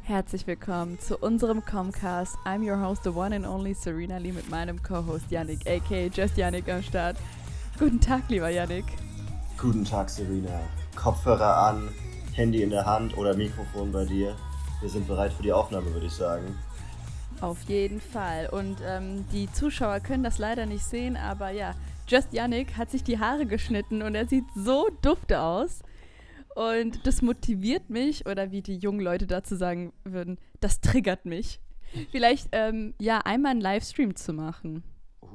Herzlich willkommen zu unserem Comcast. I'm your host, the one and only Serena Lee, mit meinem Co-Host Yannick, aka Just Yannick am Start. Guten Tag, lieber Yannick. Guten Tag, Serena. Kopfhörer an, Handy in der Hand oder Mikrofon bei dir. Wir sind bereit für die Aufnahme, würde ich sagen. Auf jeden Fall. Und die Zuschauer können das leider nicht sehen, aber ja, Just Yannick hat sich die Haare geschnitten und er sieht so dufte aus. Und das motiviert mich, oder wie die jungen Leute dazu sagen würden, das triggert mich. Vielleicht, einmal einen Livestream zu machen.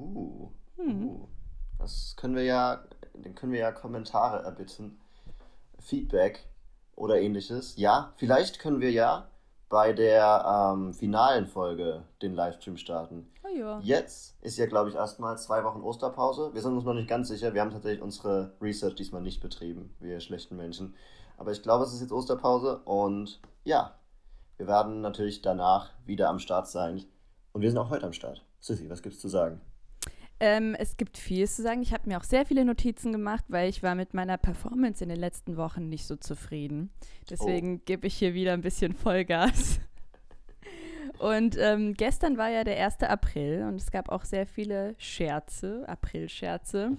Das können wir ja Kommentare erbitten, Feedback oder ähnliches. Ja, vielleicht können wir ja bei der finalen Folge den Livestream starten. Oh ja. Jetzt ist ja, glaube ich, erstmal 2 Wochen Osterpause. Wir sind uns noch nicht ganz sicher. Wir haben tatsächlich unsere Research diesmal nicht betrieben, wir schlechten Menschen. Aber ich glaube, es ist jetzt Osterpause und ja, wir werden natürlich danach wieder am Start sein. Und wir sind auch heute am Start. Sissi, was gibt's zu sagen? Es gibt vieles zu sagen. Ich habe mir auch sehr viele Notizen gemacht, weil ich war mit meiner Performance in den letzten Wochen nicht so zufrieden. Deswegen gebe ich hier wieder ein bisschen Vollgas. Und gestern war ja der 1. April und es gab auch sehr viele Scherze, April-Scherze.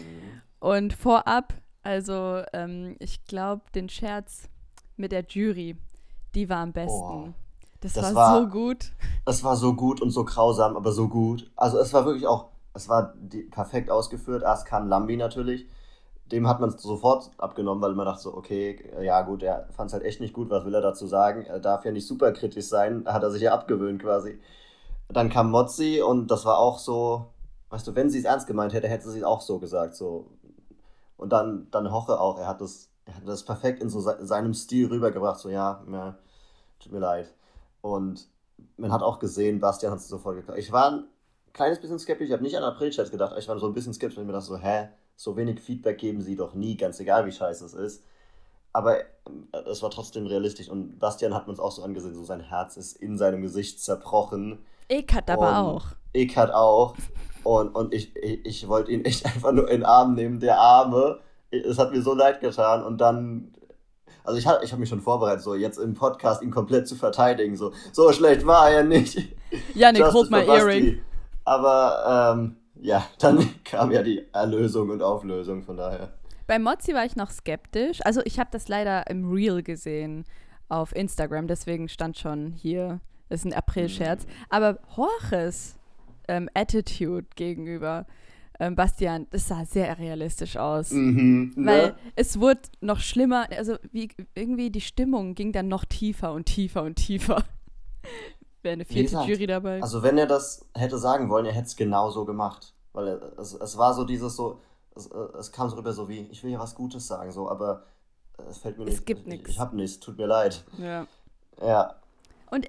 Und vorab, also ich glaube, den Scherz mit der Jury, die war am besten. Das war so gut. Es war so gut und so grausam, aber so gut. Also es war wirklich auch, perfekt ausgeführt. Erst kam Lambi natürlich. Dem hat man es sofort abgenommen, weil man dachte so, okay, ja gut, er fand es halt echt nicht gut, was will er dazu sagen? Er darf ja nicht super kritisch sein, hat er sich ja abgewöhnt quasi. Dann kam Mozzi und das war auch so, weißt du, wenn sie es ernst gemeint hätte, hätte sie es auch so gesagt. So. Und dann Hoche auch, er hat das perfekt in so seinem Stil rübergebracht, so ja, tut mir leid. Und man hat auch gesehen, Bastian hat es sofort geklappt. Ich war ein kleines bisschen skeptisch, ich habe nicht an April-Chats gedacht, aber ich war so ein bisschen skeptisch, weil ich mir dachte so, so wenig Feedback geben sie doch nie, ganz egal wie scheiße es ist. Aber es war trotzdem realistisch und Bastian hat man es auch so angesehen, so sein Herz ist in seinem Gesicht zerbrochen. Ekat aber auch. Ekat auch. Und ich wollte ihn echt einfach nur in den Arm nehmen, der Arme. Es hat mir so leid getan und dann... Also ich hab mich schon vorbereitet, so jetzt im Podcast ihn komplett zu verteidigen. So schlecht war er nicht. Yannick, hold my earring. Aber dann kam ja die Erlösung und Auflösung, von daher. Bei Mozzi war ich noch skeptisch. Also ich habe das leider im Reel gesehen auf Instagram, deswegen stand schon hier, das ist ein April-Scherz. Aber Jorges Attitude gegenüber Bastian, das sah sehr realistisch aus. Weil es wurde noch schlimmer, also irgendwie die Stimmung ging dann noch tiefer und tiefer und tiefer. Wäre eine 4. Jury dabei. Also wenn er das hätte sagen wollen, er hätte es genau so gemacht. Weil es war so dieses so, es kam so rüber so wie, ich will ja was Gutes sagen, so, aber es fällt mir nicht. Es gibt nichts. Ich hab nichts, tut mir leid. Ja. Und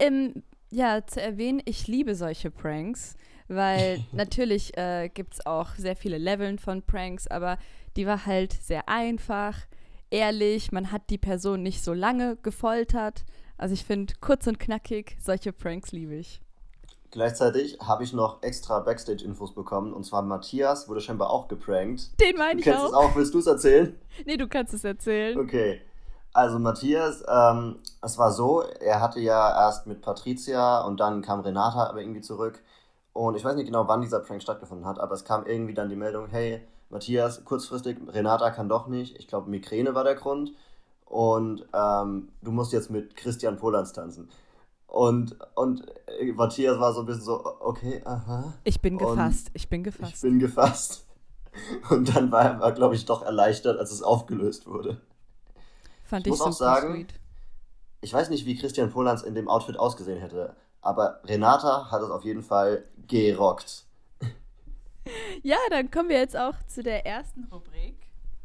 zu erwähnen, ich liebe solche Pranks, weil natürlich gibt es auch sehr viele Leveln von Pranks, aber die war halt sehr einfach, ehrlich, man hat die Person nicht so lange gefoltert. Also ich finde, kurz und knackig, solche Pranks liebe ich. Gleichzeitig habe ich noch extra Backstage-Infos bekommen, und zwar Matthias wurde scheinbar auch geprankt. Den meine ich auch. Du kennst es auch, willst du es erzählen? Nee, du kannst es erzählen. Okay, also Matthias, es war so, er hatte ja erst mit Patricia und dann kam Renata aber irgendwie zurück. Und ich weiß nicht genau, wann dieser Prank stattgefunden hat, aber es kam irgendwie dann die Meldung, hey, Matthias, kurzfristig, Renata kann doch nicht. Ich glaube, Migräne war der Grund. Und du musst jetzt mit Christian Polans tanzen. Und Matthias war so ein bisschen so, okay, aha. Ich bin gefasst. Und dann war er, glaube ich, doch erleichtert, als es aufgelöst wurde. Fand ich muss auch super sagen, sweet. Ich weiß nicht, wie Christian Polans in dem Outfit ausgesehen hätte, aber Renata hat es auf jeden Fall gerockt. Ja, dann kommen wir jetzt auch zu der ersten Rubrik.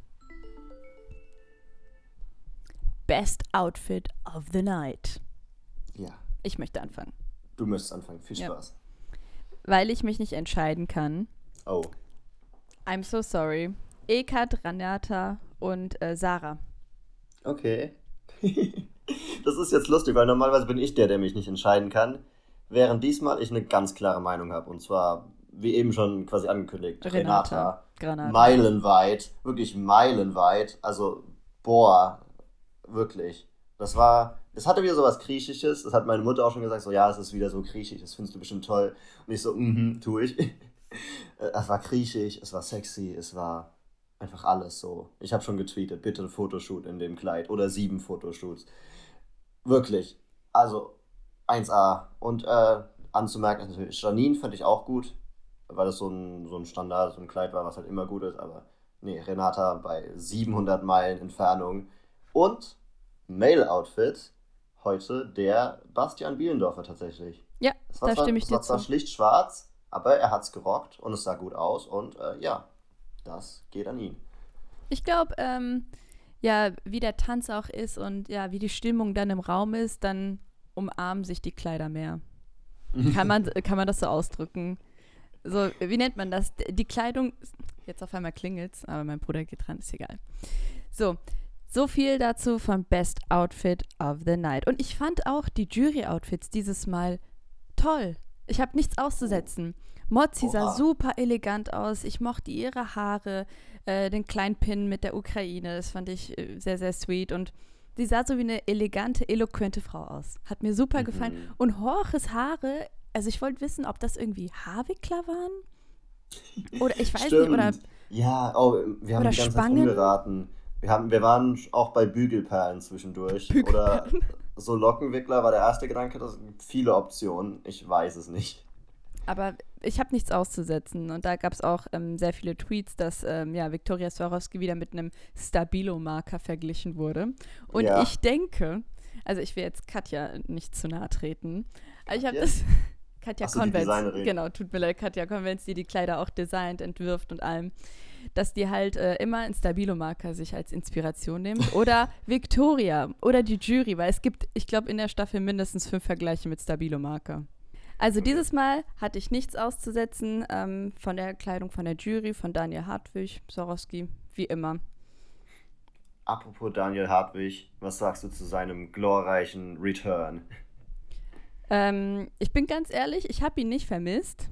Best Outfit of the Night. Ja. Ich möchte anfangen. Du möchtest anfangen. Viel Spaß. Weil ich mich nicht entscheiden kann. Oh. I'm so sorry. Ekat, Renata und Sarah. Okay. Das ist jetzt lustig, weil normalerweise bin ich der mich nicht entscheiden kann, während diesmal ich eine ganz klare Meinung habe. Und zwar, wie eben schon quasi angekündigt, Renata. Meilenweit, wirklich meilenweit. Also, boah, wirklich. Das war, es hatte wieder so was Griechisches. Das hat meine Mutter auch schon gesagt, so, ja, es ist wieder so griechisch, das findest du bestimmt toll. Und ich so, tue ich. Es war griechisch, es war sexy, es war einfach alles so. Ich habe schon getweetet, bitte ein Fotoshoot in dem Kleid oder 7 Fotoshoots. Wirklich, also 1A. Und anzumerken, natürlich, Janine fand ich auch gut, weil das so ein Standard, so ein Kleid war, was halt immer gut ist. Aber nee, Renata bei 700 Meilen Entfernung. Und Mail-Outfit heute der Bastian Bielendorfer tatsächlich. Ja, da stimme ich Es dir war zwar zu. schlicht schwarz, aber er hat's gerockt und es sah gut aus. Und ja, das geht an ihn. Ich glaube, ja, wie der Tanz auch ist und ja, wie die Stimmung dann im Raum ist, dann umarmen sich die Kleider mehr. Kann man das so ausdrücken? So, wie nennt man das? Die Kleidung, jetzt auf einmal klingelt's, aber mein Bruder geht dran, ist egal. So viel dazu von Best Outfit of the Night. Und ich fand auch die Jury-Outfits dieses Mal toll. Ich habe nichts auszusetzen. Mozzi sah Oha. super elegant aus. Ich mochte ihre Haare, den kleinen Pin mit der Ukraine. Das fand ich sehr, sehr sweet. Und sie sah so wie eine elegante, eloquente Frau aus. Hat mir super gefallen. Und Jorges Haare, also ich wollte wissen, ob das irgendwie Haarwickler waren. Oder ich weiß nicht, oder Stimmt. Ja, oh, wir haben Oder die ganze Zeit Spangen. rumgeraten. Wir waren auch bei Bügelperlen zwischendurch. Oder so Lockenwickler war der erste Gedanke. Das gibt viele Optionen. Ich weiß es nicht. Aber ich habe nichts auszusetzen. Und da gab es auch sehr viele Tweets, dass ja, Viktoria Swarovski wieder mit einem Stabilo-Marker verglichen wurde. Und Ja. ich denke, also ich will jetzt Katja nicht zu nahe treten, aber ich habe Katja? das. Katja Ach so, die Konvenz, Designerin. genau, tut mir leid, Katja Konvenz, die Kleider auch designt, entwirft und allem, dass die halt immer einen Stabilo-Marker sich als Inspiration nimmt. Oder Victoria oder die Jury, weil es gibt, ich glaube, in der Staffel mindestens 5 Vergleiche mit Stabilo-Marker. Also dieses Mal hatte ich nichts auszusetzen von der Kleidung von der Jury, von Daniel Hartwig, Swarovski, wie immer. Apropos Daniel Hartwig, was sagst du zu seinem glorreichen Return? Ich bin ganz ehrlich, ich habe ihn nicht vermisst.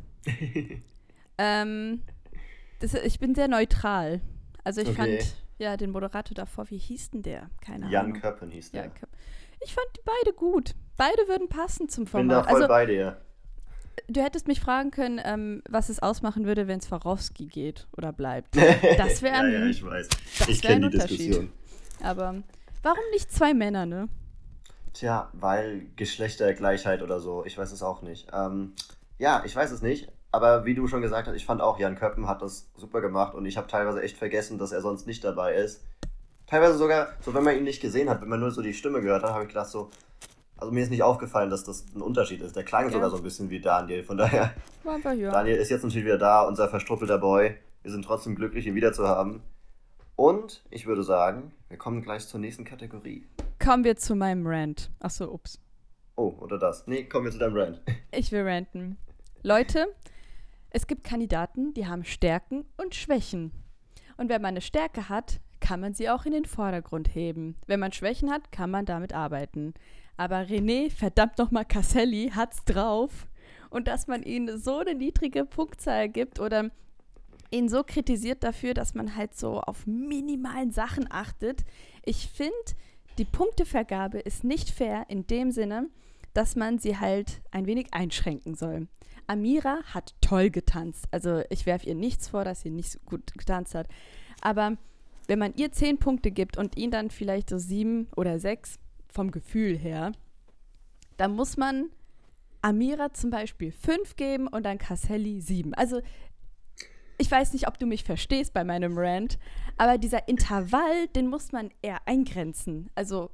Ich bin sehr neutral. Also ich Okay. fand, ja, den Moderator davor, wie hieß denn der? Keine Jan Ahnung. Köppen hieß der. Ja, ich fand die beide gut. Beide würden passen zum Bin da Format. voll Also bei dir. du hättest mich fragen können, was es ausmachen würde, wenn Swarovski geht oder bleibt. Das wäre Ja, ja, ich weiß. das Ich wär ein kenne die Unterschied. Diskussion. Aber warum nicht 2 Männer, ne? Tja, weil Geschlechtergleichheit oder so, ich weiß es auch nicht. Ja, ich weiß es nicht, aber wie du schon gesagt hast, ich fand auch, Jan Köppen hat das super gemacht und ich habe teilweise echt vergessen, dass er sonst nicht dabei ist. Teilweise sogar, so wenn man ihn nicht gesehen hat, wenn man nur so die Stimme gehört hat, habe ich gedacht so, also mir ist nicht aufgefallen, dass das ein Unterschied ist. Der klang Ja. sogar so ein bisschen wie Daniel, von daher, War einfach ja. Daniel ist jetzt natürlich wieder da, unser verstruppelter Boy. Wir sind trotzdem glücklich, ihn wiederzuhaben. Und ich würde sagen, wir kommen gleich zur nächsten Kategorie. Kommen wir zu meinem Rant. Achso, ups. Oh, oder das. Nee, kommen wir zu deinem Brand. Ich will ranten. Leute, es gibt Kandidaten, die haben Stärken und Schwächen. Und wenn man eine Stärke hat, kann man sie auch in den Vordergrund heben. Wenn man Schwächen hat, kann man damit arbeiten. Aber René, verdammt nochmal Caselli, hat's drauf. Und dass man ihnen so eine niedrige Punktzahl gibt oder ihn so kritisiert dafür, dass man halt so auf minimalen Sachen achtet. Ich finde, die Punktevergabe ist nicht fair in dem Sinne, dass man sie halt ein wenig einschränken soll. Amira hat toll getanzt. Also ich werfe ihr nichts vor, dass sie nicht so gut getanzt hat. Aber wenn man ihr 10 Punkte gibt und ihn dann vielleicht so 7 oder 6 vom Gefühl her, dann muss man Amira zum Beispiel 5 geben und dann Caselli 7. Also ich weiß nicht, ob du mich verstehst bei meinem Rant, aber dieser Intervall, den muss man eher eingrenzen. Also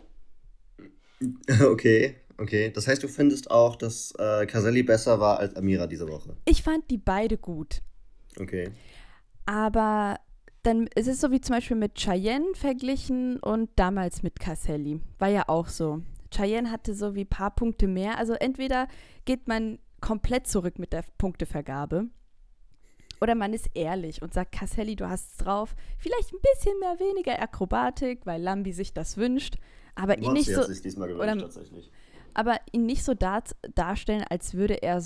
Okay. Das heißt, du findest auch, dass Caselli besser war als Amira diese Woche. ich fand die beide gut. Okay. Aber dann ist es so wie zum Beispiel mit Cheyenne verglichen und damals mit Caselli. War ja auch so. Cheyenne hatte so wie ein paar Punkte mehr. Also entweder geht man komplett zurück mit der Punktevergabe oder man ist ehrlich und sagt, Caselli, du hast es drauf. Vielleicht ein bisschen mehr weniger Akrobatik, weil Lambi sich das wünscht. Aber ihn nicht Mozzi so, hat sich diesmal gewünscht, oder- tatsächlich. aber ihn nicht so darstellen, als würde er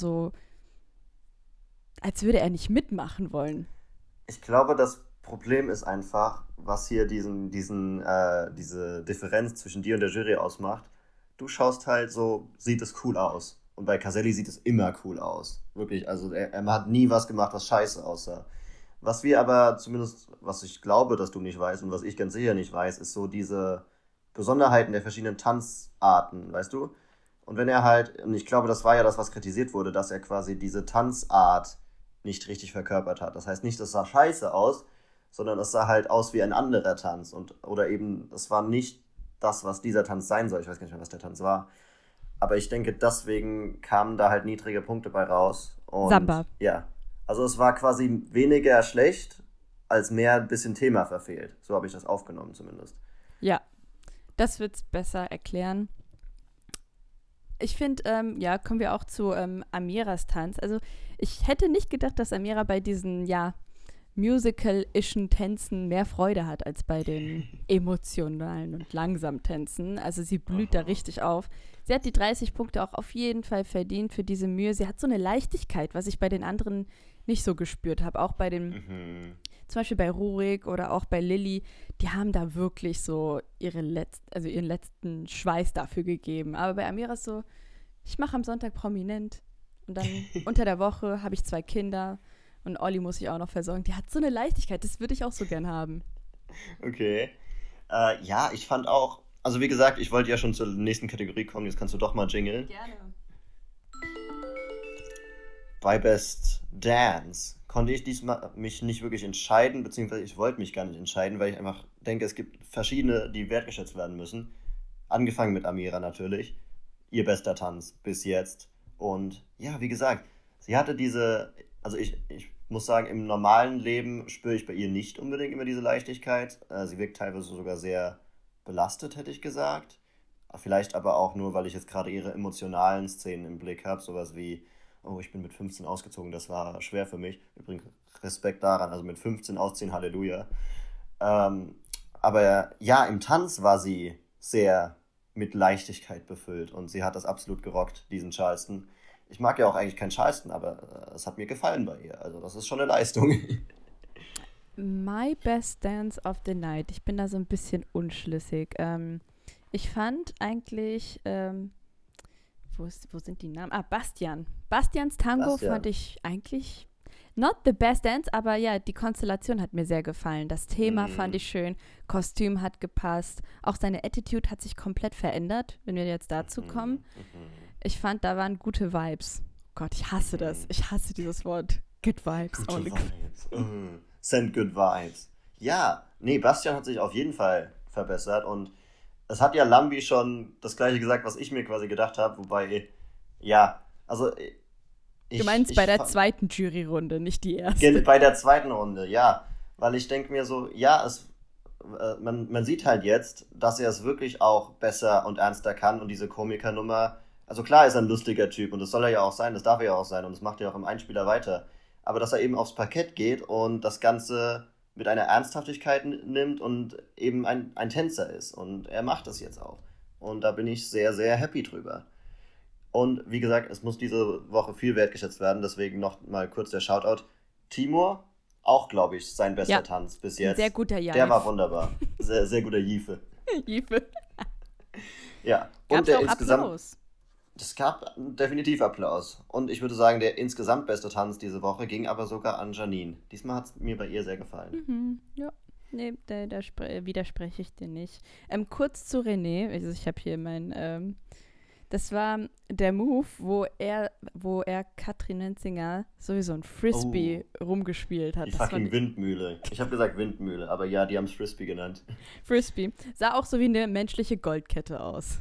nicht mitmachen wollen. Ich glaube, das Problem ist einfach, was hier diese Differenz zwischen dir und der Jury ausmacht. du schaust halt so, sieht es cool aus. Und bei Caselli sieht es immer cool aus. Wirklich, also er hat nie was gemacht, was scheiße aussah. Was wir aber zumindest, was ich glaube, dass du nicht weißt und was ich ganz sicher nicht weiß, ist so diese Besonderheiten der verschiedenen Tanzarten, weißt du? Und wenn er halt, und ich glaube, das war ja das, was kritisiert wurde, dass er quasi diese Tanzart nicht richtig verkörpert hat. Das heißt nicht, es sah scheiße aus, sondern es sah halt aus wie ein anderer Tanz. Oder eben, es war nicht das, was dieser Tanz sein soll. Ich weiß gar nicht mehr, was der Tanz war. Aber ich denke, deswegen kamen da halt niedrige Punkte bei raus. Und Samba. ja, also es war quasi weniger schlecht, als mehr ein bisschen Thema verfehlt. So habe ich das aufgenommen zumindest. Ja, das wird's besser erklären. Ich finde, ja, kommen wir auch zu Amiras Tanz. Also ich hätte nicht gedacht, dass Amira bei diesen, ja, musical-ischen Tänzen mehr Freude hat als bei den emotionalen und langsamen Tänzen. Also sie blüht da richtig auf. Sie hat die 30 Punkte auch auf jeden Fall verdient für diese Mühe. Sie hat so eine Leichtigkeit, was ich bei den anderen nicht so gespürt habe. Auch bei den, zum Beispiel bei Rurik oder auch bei Lilly, die haben da wirklich so ihren letzten Schweiß dafür gegeben. Aber bei Amira ist so, ich mache am Sonntag prominent und dann unter der Woche habe ich 2 Kinder und Olli muss ich auch noch versorgen. Die hat so eine Leichtigkeit, das würde ich auch so gern haben. Okay. Ja, ich fand auch, also wie gesagt, ich wollte ja schon zur nächsten Kategorie kommen, jetzt kannst du doch mal jingeln. Gerne. Bei Best Dance konnte ich diesmal mich nicht wirklich entscheiden, beziehungsweise ich wollte mich gar nicht entscheiden, weil ich einfach denke, es gibt verschiedene, die wertgeschätzt werden müssen. Angefangen mit Amira natürlich. Ihr bester Tanz bis jetzt. Und ja, wie gesagt, sie hatte also ich muss sagen, im normalen Leben spüre ich bei ihr nicht unbedingt immer diese Leichtigkeit. Sie wirkt teilweise sogar sehr belastet, hätte ich gesagt. Vielleicht aber auch nur, weil ich jetzt gerade ihre emotionalen Szenen im Blick habe. Sowas wie, oh, ich bin mit 15 ausgezogen, das war schwer für mich. Übrigens Respekt daran, also mit 15 ausziehen, Halleluja. Aber ja, im Tanz war sie sehr mit Leichtigkeit befüllt und sie hat das absolut gerockt, diesen Charleston. Ich mag ja auch eigentlich keinen Charleston, aber es hat mir gefallen bei ihr. Also das ist schon eine Leistung. My Best Dance of the Night. Ich bin da so ein bisschen unschlüssig. Ich fand eigentlich, wo sind die Namen? Bastian. Bastians Tango Bastian. fand ich eigentlich not the best dance, aber ja, die Konstellation hat mir sehr gefallen. Das Thema fand ich schön, Kostüm hat gepasst, auch seine Attitude hat sich komplett verändert, wenn wir jetzt dazu kommen. Ich fand, da waren gute Vibes. Gott, ich hasse das. Ich hasse dieses Wort. Good Vibes. Gute Vibes. Send good vibes. Ja, nee, Bastian hat sich auf jeden Fall verbessert und es hat ja Lambi schon das gleiche gesagt, was ich mir quasi gedacht habe, wobei, ja, also Du meinst bei der zweiten Juryrunde, nicht die erste. Bei der zweiten Runde, ja, weil ich denke mir so, ja, man sieht halt jetzt, dass er es wirklich auch besser und ernster kann und diese Komikernummer, also klar ist er ein lustiger Typ und das soll er ja auch sein, das darf er ja auch sein und das macht er auch im Einspieler weiter, aber dass er eben aufs Parkett geht und das Ganze mit einer Ernsthaftigkeit nimmt und eben ein Tänzer ist und er macht das jetzt auch und da bin ich sehr, sehr happy drüber. Und wie gesagt, es muss diese Woche viel wertgeschätzt werden, deswegen noch mal kurz der Shoutout. Timur, auch glaube ich, sein bester Tanz bis jetzt. Sehr guter Jive. Der war wunderbar. Sehr, sehr guter Jive. Jive. Ja, Gab's und der auch insgesamt. Applaus? Es gab definitiv Applaus. Und ich würde sagen, der insgesamt beste Tanz diese Woche ging aber sogar an Janine. Diesmal hat es mir bei ihr sehr gefallen. Ja, nee, da widerspreche ich dir nicht. Kurz zu René, also ich habe hier das war der Move, wo er Katrin Menzinger sowieso ein Frisbee rumgespielt hat. Die fucking Windmühle. Ich habe gesagt Windmühle, aber ja, die haben es Frisbee genannt. Frisbee. Sah auch so wie eine menschliche Goldkette aus.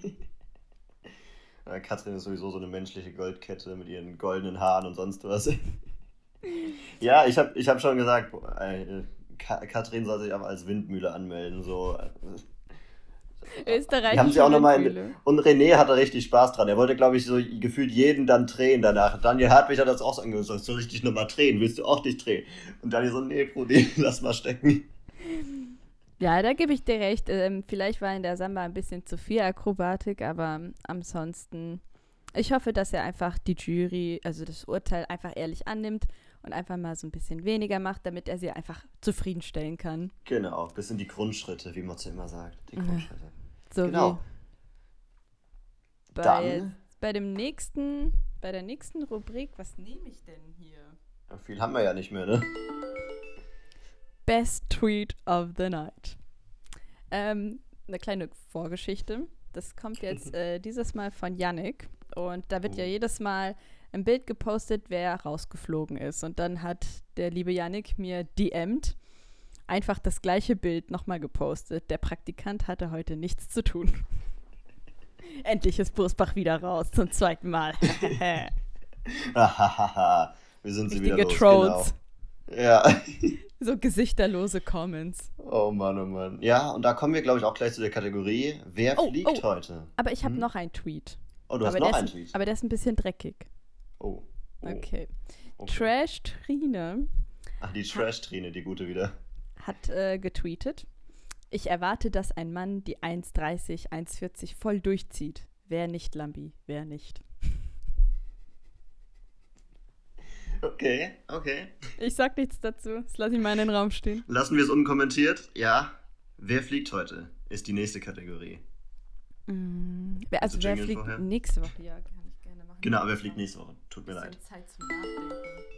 Katrin ist sowieso so eine menschliche Goldkette mit ihren goldenen Haaren und sonst was. Ja, ich hab schon gesagt, Katrin soll sich aber als Windmühle anmelden. So. Österreich. Haben sie auch nochmal. Und René hatte richtig Spaß dran. Er wollte, glaube ich, so gefühlt jeden dann drehen danach. Daniel Hartwig hat das auch so angesagt. Soll ich dich nochmal drehen? Willst du auch dich drehen? Und Daniel so, nee, Brudi, lass mal stecken. Ja, da gebe ich dir recht. Vielleicht war in der Samba ein bisschen zu viel Akrobatik, aber ansonsten, ich hoffe, dass er einfach die Jury, also das Urteil einfach ehrlich annimmt und einfach mal so ein bisschen weniger macht, damit er sie einfach zufriedenstellen kann. Genau, das sind die Grundschritte, wie man es immer sagt. Die Grundschritte. So genau. Dann, bei der nächsten Rubrik, was nehme ich denn hier? viel haben wir ja nicht mehr, ne? Best Tweet of the Night. Eine kleine Vorgeschichte. Das kommt jetzt dieses Mal von Yannick. Und da wird ja jedes Mal ein Bild gepostet, wer rausgeflogen ist. Und dann hat der liebe Yannick mir DM'd, einfach das gleiche Bild nochmal gepostet. Der Praktikant hatte heute nichts zu tun. Endlich ist Bursbach wieder raus, zum zweiten Mal. Wir sind sie Richtige wieder los, Trolls. genau. Ja. So gesichterlose Comments. Oh Mann, oh Mann. Ja, und da kommen wir, glaube ich, auch gleich zu der Kategorie, wer fliegt heute? Aber ich habe noch einen Tweet. Oh, du hast noch einen Tweet? Aber der ist ein bisschen dreckig. Oh. Okay. Trash-Trine. Ach, die Trash-Trine, die gute wieder. Hat getweetet. Ich erwarte, dass ein Mann die 1,30, 1,40 voll durchzieht. Wer nicht, Lambi? Wer nicht? Okay. Ich sag nichts dazu. Das lasse ich mal in den Raum stehen. Lassen wir es unkommentiert. Ja. Wer fliegt heute? Ist die nächste Kategorie. Also wer fliegt vorher? Nächste Woche? Ja, kann ich gerne machen. Genau, wer fliegt nächste Woche? Tut mir leid. Zeit zum Nachdenken.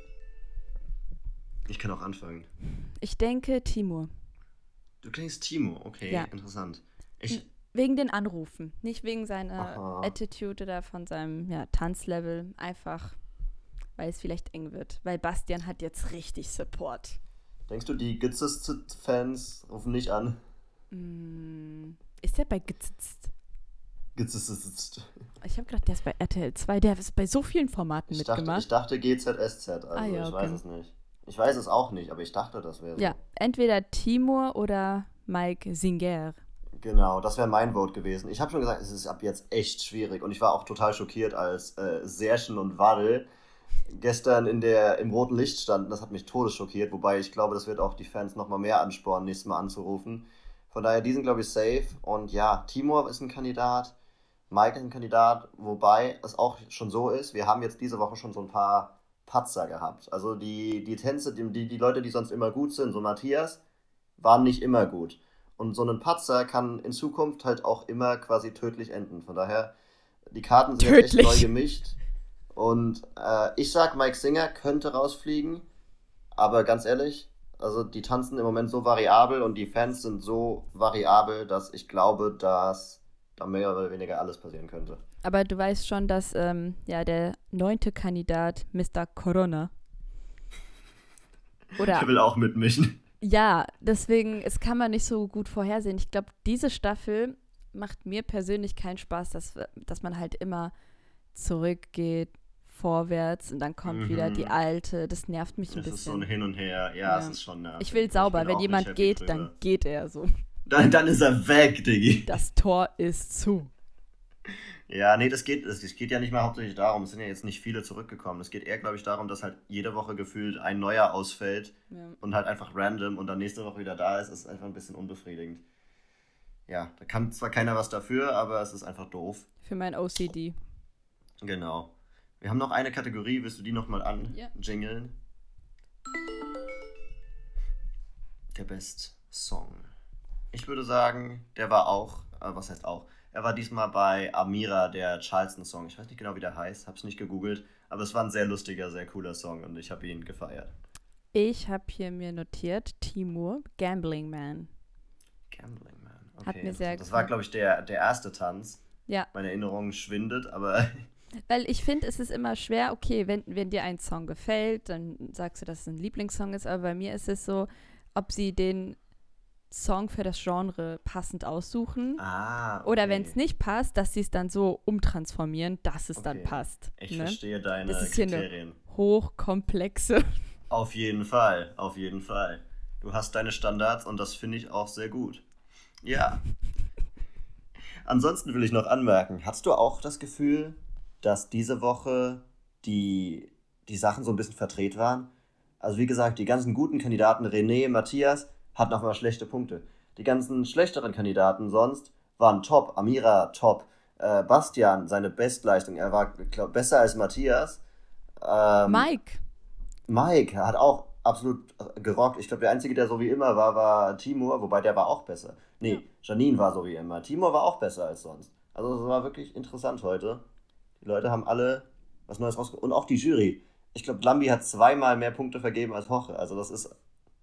Ich kann auch anfangen. Ich denke Timur. Du klingst Timo, okay, ja. Interessant. Wegen den Anrufen, nicht wegen seiner Attitude oder von seinem Tanzlevel, einfach, weil es vielleicht eng wird. Weil Bastian hat jetzt richtig Support. Denkst du, die Gitzest-Fans rufen nicht an? Ist der bei Gitzest? Gitzest. Ich habe gedacht, der ist bei RTL 2, der ist bei so vielen Formaten mitgemacht. Ich dachte GZSZ, also ich weiß es nicht. Ich weiß es auch nicht, aber ich dachte, das wäre so. Ja, entweder Timur oder Mike Singer. Genau, das wäre mein Vote gewesen. Ich habe schon gesagt, es ist ab jetzt echt schwierig. Und ich war auch total schockiert, als Serschen und Wadl gestern im roten Licht standen. Das hat mich todesschockiert. Wobei ich glaube, das wird auch die Fans nochmal mehr anspornen, nächstes Mal anzurufen. Von daher, die sind, glaube ich, safe. Und ja, Timur ist ein Kandidat, Mike ist ein Kandidat. Wobei es auch schon so ist, wir haben jetzt diese Woche schon so ein paar Patzer gehabt. Also die Tänze, die Leute, die sonst immer gut sind, so Matthias, waren nicht immer gut. Und so ein Patzer kann in Zukunft halt auch immer quasi tödlich enden. Von daher, die Karten sind jetzt echt neu gemischt. Und ich sag, Mike Singer könnte rausfliegen. Aber ganz ehrlich, also die tanzen im Moment so variabel und die Fans sind so variabel, dass ich glaube, dass da mehr oder weniger alles passieren könnte. Aber du weißt schon, dass der 9. Kandidat, Mr. Corona, der will auch mitmischen. Ja, deswegen, es kann man nicht so gut vorhersehen. Ich glaube, diese Staffel macht mir persönlich keinen Spaß, dass man halt immer zurückgeht, vorwärts und dann kommt wieder die alte. Das nervt mich ein bisschen. Das ist so ein Hin und Her. Ja, es ist schon nervig. Ich will sauber. Wenn jemand geht, dann geht er so. Dann ist er weg, Diggi. Das Tor ist zu. Ja, nee, das geht ja nicht mal hauptsächlich darum. Es sind ja jetzt nicht viele zurückgekommen. Es geht eher, glaube ich, darum, dass halt jede Woche gefühlt ein neuer ausfällt und halt einfach random und dann nächste Woche wieder da ist. Das ist einfach ein bisschen unbefriedigend. Ja, da kann zwar keiner was dafür, aber es ist einfach doof. Für mein OCD. Genau. Wir haben noch eine Kategorie. Willst du die nochmal anjingeln? Der Best Song. Ich würde sagen, der war auch, was heißt auch? Er war diesmal bei Amira, der Charleston-Song. Ich weiß nicht genau, wie der heißt, hab's nicht gegoogelt, aber es war ein sehr lustiger, sehr cooler Song und ich habe ihn gefeiert. Ich habe hier mir notiert, Timur, Gambling Man. Gambling Man, okay. Hat mir sehr das war, glaube ich, der erste Tanz. Ja. Meine Erinnerung schwindet, aber... Weil ich finde, es ist immer schwer, okay, wenn dir ein Song gefällt, dann sagst du, dass es ein Lieblingssong ist, aber bei mir ist es so, ob sie den Song für das Genre passend aussuchen. Okay. Oder wenn es nicht passt, dass sie es dann so umtransformieren, dass es dann passt. Ich verstehe deine das ist Kriterien. Hier eine hochkomplexe. Auf jeden Fall. Du hast deine Standards und das finde ich auch sehr gut. Ja. Ansonsten will ich noch anmerken, hast du auch das Gefühl, dass diese Woche die Sachen so ein bisschen verdreht waren? Also wie gesagt, die ganzen guten Kandidaten, René, Matthias, hatten auch mal schlechte Punkte. Die ganzen schlechteren Kandidaten sonst waren top. Amira top. Bastian, seine Bestleistung, er war besser als Matthias. Mike hat auch absolut gerockt. Ich glaube, der Einzige, der so wie immer war Timur, wobei der war auch besser. Nee, Janine war so wie immer. Timur war auch besser als sonst. Also es war wirklich interessant heute. Die Leute haben alle was Neues rausgekommen. Und auch die Jury. Ich glaube, Lambi hat 2-mal mehr Punkte vergeben als Hoche. Also das ist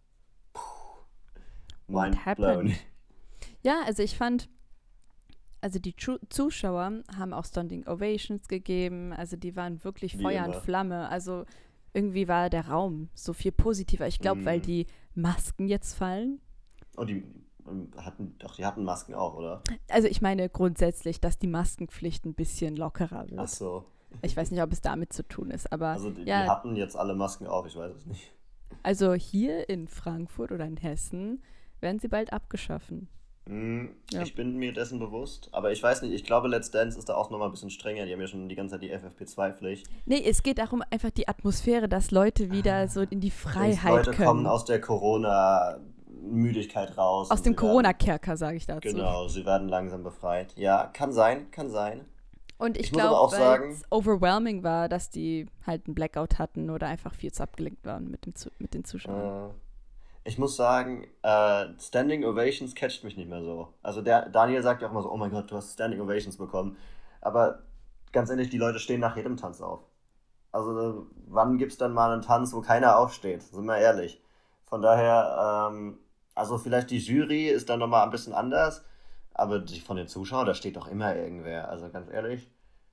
What mind happened? blown. Ja, also ich fand, also die Zuschauer haben auch Standing Ovations gegeben. Also die waren wirklich Wie Feuer und immer. Flamme. Also irgendwie war der Raum so viel positiver. Ich glaube, weil die Masken jetzt fallen. Oh, die hatten Masken auch, oder? Also ich meine grundsätzlich, dass die Maskenpflicht ein bisschen lockerer Ach wird. so. Ich weiß nicht, ob es damit zu tun ist, aber Also die ja, hatten jetzt alle Masken auf, ich weiß es nicht. also hier in Frankfurt oder in Hessen werden sie bald abgeschaffen. Ja. Ich bin mir dessen bewusst, aber ich weiß nicht, ich glaube, Let's Dance ist da auch nochmal ein bisschen strenger. Die haben ja schon die ganze Zeit die FFP2-Pflicht. Nee, es geht darum, einfach die Atmosphäre, dass Leute wieder so in die Freiheit Leute kommen können. aus der Corona-Müdigkeit raus. Aus und dem sie werden- Corona-Kerker, sage ich dazu. Genau, sie werden langsam befreit. Ja, kann sein, kann sein. Und ich Ich muss aber glaube, auch weil sagen- es overwhelming war, dass die halt einen Blackout hatten oder einfach viel zu abgelenkt waren mit den Zuschauern. Ich muss sagen, Standing Ovations catcht mich nicht mehr so. Also Daniel sagt ja auch immer so, oh mein Gott, du hast Standing Ovations bekommen. Aber ganz ehrlich, die Leute stehen nach jedem Tanz auf. Also wann gibt es dann mal einen Tanz, wo keiner aufsteht? Sind wir ehrlich. Von daher, also vielleicht die Jury ist dann nochmal ein bisschen anders, aber von den Zuschauern, da steht doch immer irgendwer. Also ganz ehrlich,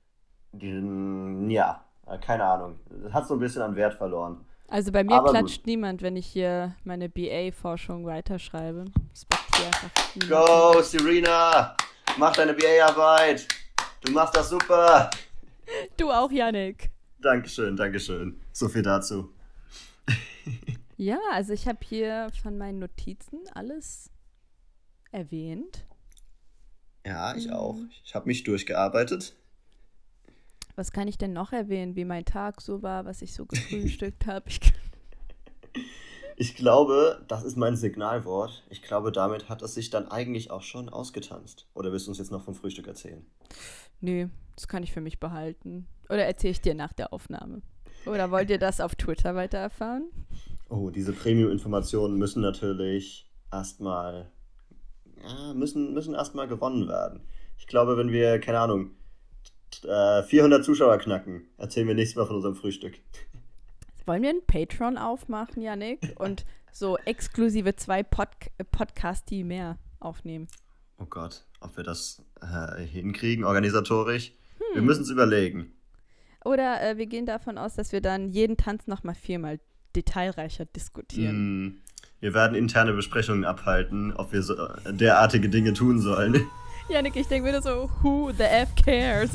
ja, keine Ahnung. Das hat so ein bisschen an Wert verloren. Also bei mir Aber klatscht niemand, wenn ich hier meine BA-Forschung weiterschreibe. Es backt hier einfach niemand. Go, Serena! Mach deine BA-Arbeit! Du machst das super! Du auch, Yannick. Dankeschön, Dankeschön. So viel dazu. Ja, also ich habe hier von meinen Notizen alles erwähnt. Ja, ich auch. Ich habe mich durchgearbeitet. Was kann ich denn noch erwähnen, wie mein Tag so war, was ich so gefrühstückt habe? Ich glaube, das ist mein Signalwort. Ich glaube, damit hat es sich dann eigentlich auch schon ausgetanzt. Oder willst du uns jetzt noch vom Frühstück erzählen? Nö, das kann ich für mich behalten. Oder erzähle ich dir nach der Aufnahme? Oder wollt ihr das auf Twitter weiter erfahren? Oh, diese Premium-Informationen müssen natürlich erstmal müssen erstmal gewonnen werden. Ich glaube, wenn wir, keine Ahnung, 400 Zuschauer knacken, erzählen wir nächstes Mal von unserem Frühstück. Wollen wir einen Patreon aufmachen, Yannick? Und so exklusive 2 Podcasts, die mehr aufnehmen? Oh Gott, ob wir das hinkriegen, organisatorisch? Wir müssen es überlegen. Oder wir gehen davon aus, dass wir dann jeden Tanz nochmal 4-mal detailreicher diskutieren. Wir werden interne Besprechungen abhalten, ob wir so derartige Dinge tun sollen. Yannick, ich denke wieder so, who the F cares?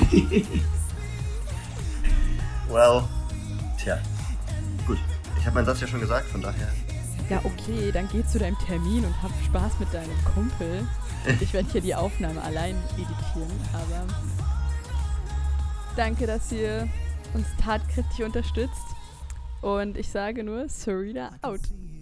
Well, tja, gut. Ich habe meinen Satz ja schon gesagt, von daher. Ja, okay, dann geh zu deinem Termin und hab Spaß mit deinem Kumpel. Ich werde hier die Aufnahme allein editieren, aber danke, dass ihr uns tatkräftig unterstützt. Und ich sage nur, Serena out.